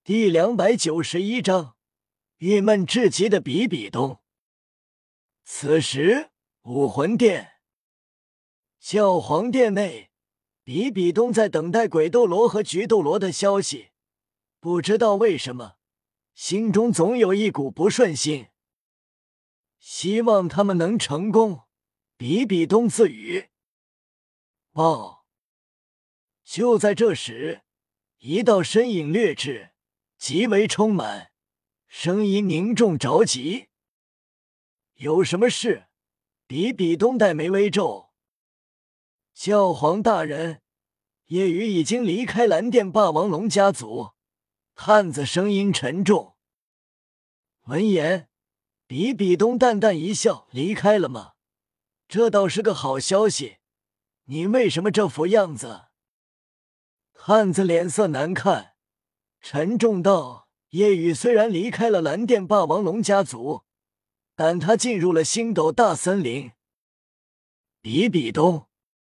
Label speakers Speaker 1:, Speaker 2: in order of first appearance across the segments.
Speaker 1: 第291章，郁闷至极的比比东。此时，武魂殿教皇殿内，比比东在等待鬼斗罗和菊斗罗的消息。不知道为什么，心中总有一股不顺心，希望他们能成功。比比东自语。报！就在这时，一道身影掠至，极为充满，声音凝重着急。有什么事？比比东黛眉微皱。教皇大人，夜雨已经离开蓝电霸王龙家族。汉子声音沉重。闻言，比比东淡淡一笑，离开了吗？这倒是个好消息。你为什么这副样子？汉子脸色难看，沉重道：夜雨虽然离开了蓝电霸王龙家族，但他进入了星斗大森林。比比东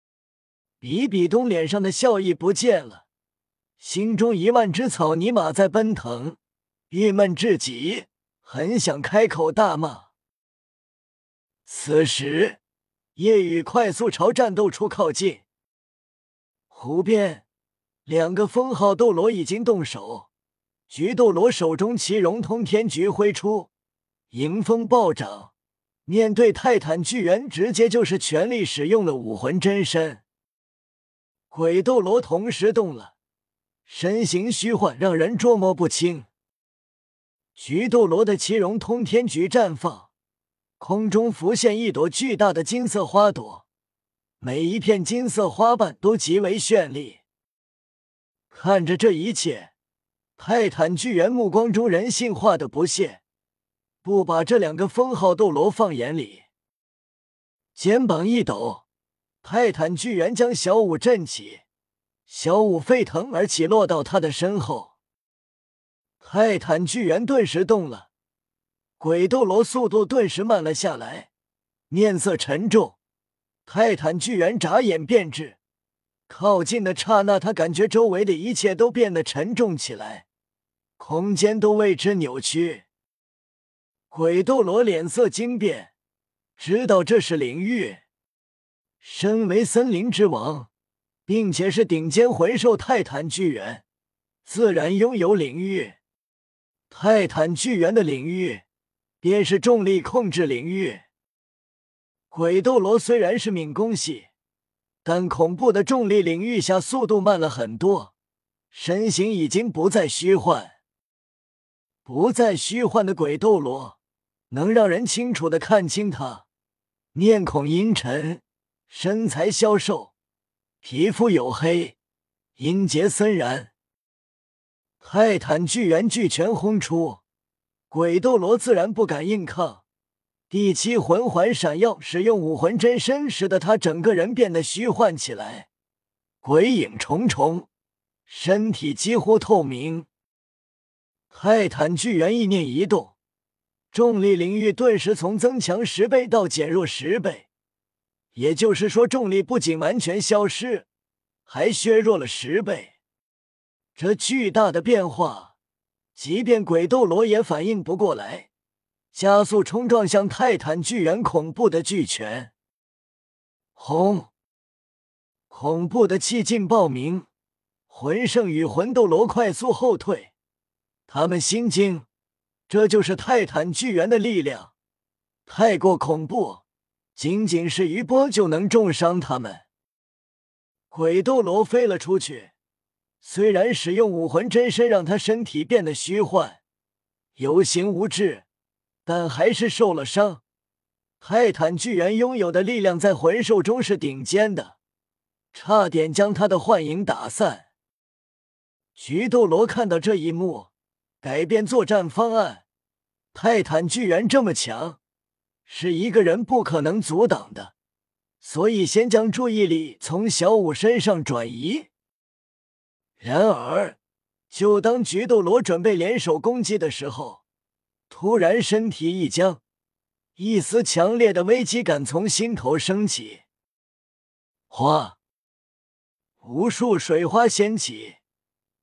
Speaker 1: 脸上的笑意不见了，心中10000只草泥马在奔腾，郁闷至极，很想开口大骂。此时，夜雨快速朝战斗处靠近。湖边，2个封号斗罗已经动手，菊斗罗手中奇荣通天菊挥出，迎风暴涨，面对泰坦巨猿直接就是全力使用了武魂真身。鬼斗罗同时动了，身形虚幻，让人捉摸不清。菊斗罗的奇荣通天菊绽放，空中浮现一朵巨大的金色花朵，每一片金色花瓣都极为绚丽。看着这一切，泰坦巨猿目光中人性化的不屑，不把这2个封号斗罗放眼里。肩膀一抖，泰坦巨猿将小舞震起，小舞沸腾而起，落到他的身后。泰坦巨猿顿时动了，鬼斗罗速度顿时慢了下来，面色沉重。泰坦巨猿眨眼便至，靠近的刹那，他感觉周围的一切都变得沉重起来，空间都为之扭曲。鬼斗罗脸色惊变，知道这是灵域。身为森林之王，并且是顶尖魂兽泰坦巨猿，自然拥有领域。泰坦巨猿的领域便是重力控制领域。鬼斗罗虽然是敏攻系，但恐怖的重力领域下速度慢了很多，身形已经不再虚幻。不再虚幻的鬼斗罗能让人清楚地看清他，面孔阴沉，身材消瘦，皮肤黝黑，阴结森然。泰坦巨猿巨拳轰出，鬼斗罗自然不敢硬抗。第7魂环闪耀，使用武魂真身使得他整个人变得虚幻起来，鬼影重重，身体几乎透明。泰坦巨猿意念一动，重力领域顿时从增强10倍到减弱10倍，也就是说重力不仅完全消失，还削弱了10倍。这巨大的变化，即便鬼斗罗也反应不过来，加速冲撞向泰坦巨猿恐怖的巨拳。轰！恐怖的气劲爆鸣，魂圣与魂斗罗快速后退，他们心惊，这就是泰坦巨猿的力量，太过恐怖，仅仅是余波就能重伤他们。鬼斗罗飞了出去，虽然使用武魂真身让他身体变得虚幻，有形无质，但还是受了伤。泰坦巨猿拥有的力量在魂兽中是顶尖的，差点将他的幻影打散。菊斗罗看到这一幕，改变作战方案。泰坦巨猿这么强，是一个人不可能阻挡的，所以先将注意力从小舞身上转移。然而，就当菊斗罗准备联手攻击的时候，突然身体一僵，一丝强烈的危机感从心头升起。哗！无数水花掀起，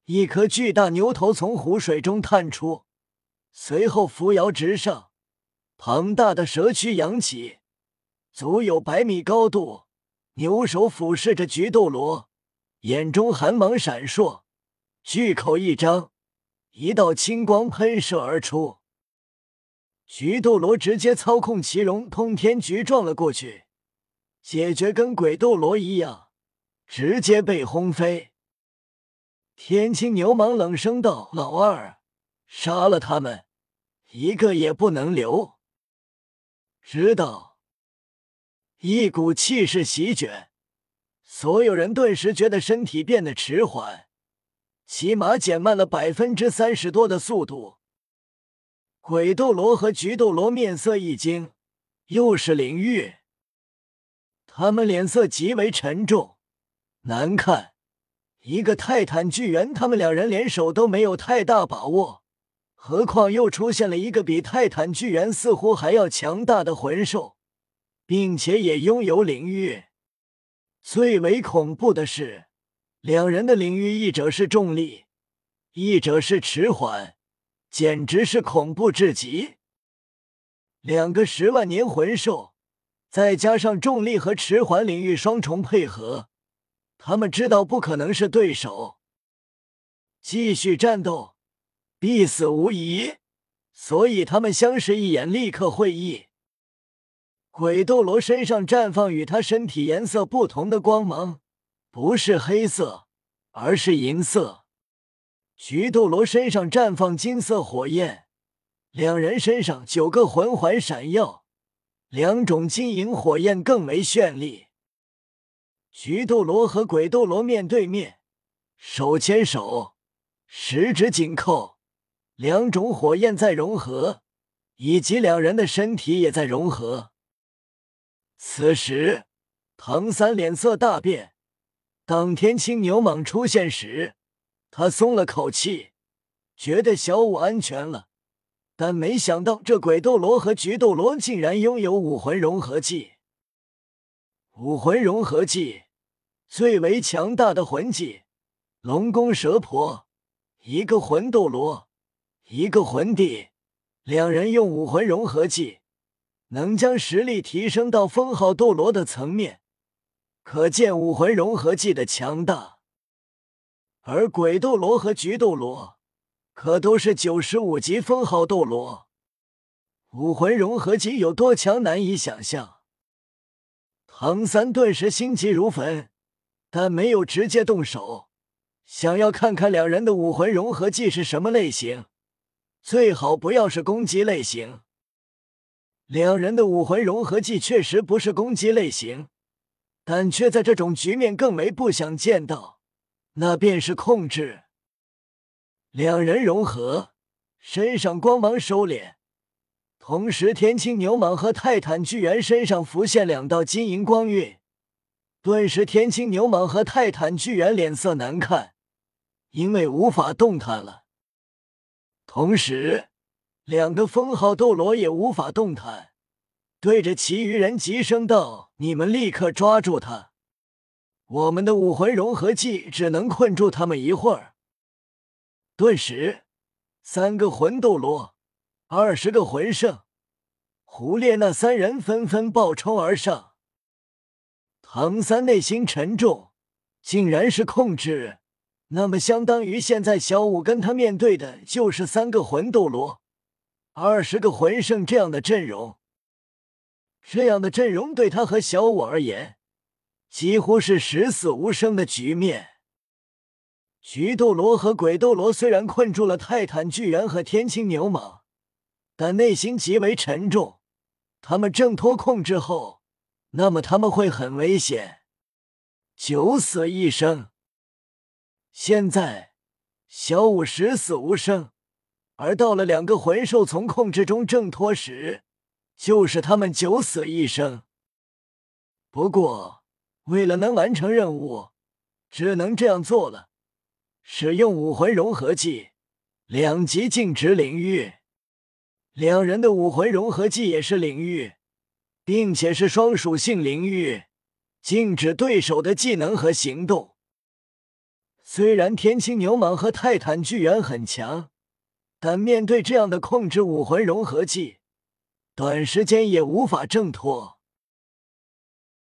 Speaker 1: 一颗巨大牛头从湖水中探出，随后扶摇直上，庞大的蛇躯扬起，足有100米高度。牛手俯视着菊斗罗，眼中寒芒闪烁，巨口一张，一道青光喷射而出。菊斗罗直接操控奇荣通天局撞了过去，解决跟鬼斗罗一样，直接被轰飞。天青牛蟒冷声道：“老二，杀了他们，一个也不能留。”知道。一股气势席卷，所有人顿时觉得身体变得迟缓，起码减慢了30%多的速度。鬼斗罗和菊斗罗面色一惊，又是灵域，他们脸色极为沉重，难看。一个泰坦巨猿，他们两人联手都没有太大把握，何况又出现了一个比泰坦巨猿似乎还要强大的魂兽，并且也拥有领域。最为恐怖的是，两人的领域一者是重力，一者是迟缓，简直是恐怖至极。两个10万年魂兽，再加上重力和迟缓领域双重配合，他们知道不可能是对手。继续战斗，必死无疑，所以他们相视一眼，立刻会意。鬼斗罗身上绽放与他身体颜色不同的光芒，不是黑色，而是银色。菊斗罗身上绽放金色火焰，两人身上9个魂环闪耀，两种金银火焰更为绚丽。菊斗罗和鬼斗罗面对面，手牵手，十指紧扣，两种火焰在融合，以及两人的身体也在融合。此时，唐三脸色大变。当天青牛蟒出现时，他松了口气，觉得小五安全了。但没想到这鬼斗罗和菊斗罗竟然拥有武魂融合技。武魂融合技，最为强大的魂技，龙宫蛇婆，一个魂斗罗，一个魂帝，两人用武魂融合技，能将实力提升到封号斗罗的层面，可见武魂融合技的强大。而鬼斗罗和菊斗罗可都是95级封号斗罗，武魂融合技有多强难以想象。唐三顿时心急如焚，但没有直接动手，想要看看两人的武魂融合技是什么类型，最好不要是攻击类型。两人的武魂融合技确实不是攻击类型，但却在这种局面更为不想见到，那便是控制。两人融合，身上光芒收敛，同时天青牛蟒和泰坦巨猿身上浮现2道金银光晕，顿时天青牛蟒和泰坦巨猿脸色难看，因为无法动弹了。同时两个封号斗罗也无法动弹，对着其余人急声道：“你们立刻抓住他，我们的武魂融合技只能困住他们一会儿。”顿时3个魂斗罗，20个魂圣，胡列那3人纷纷暴冲而上。唐三内心沉重，竟然是控制，那么相当于现在小五跟他面对的就是3个魂斗罗，20个魂圣这样的阵容。这样的阵容对他和小五而言，几乎是十死无生的局面。菊斗罗和鬼斗罗虽然困住了泰坦巨猿和天青牛蟒，但内心极为沉重。他们挣脱控制后，那么他们会很危险，九死一生。现在小五十死无生，而到了2个魂兽从控制中挣脱时，就是他们九死一生。不过为了能完成任务，只能这样做了。使用武魂融合技，2级静止领域。两人的武魂融合技也是领域，并且是双属性领域，禁止对手的技能和行动。 虽然天青牛蟒和泰坦巨猿很强，但面对这样的控制武魂融合技，短时间也无法挣脱。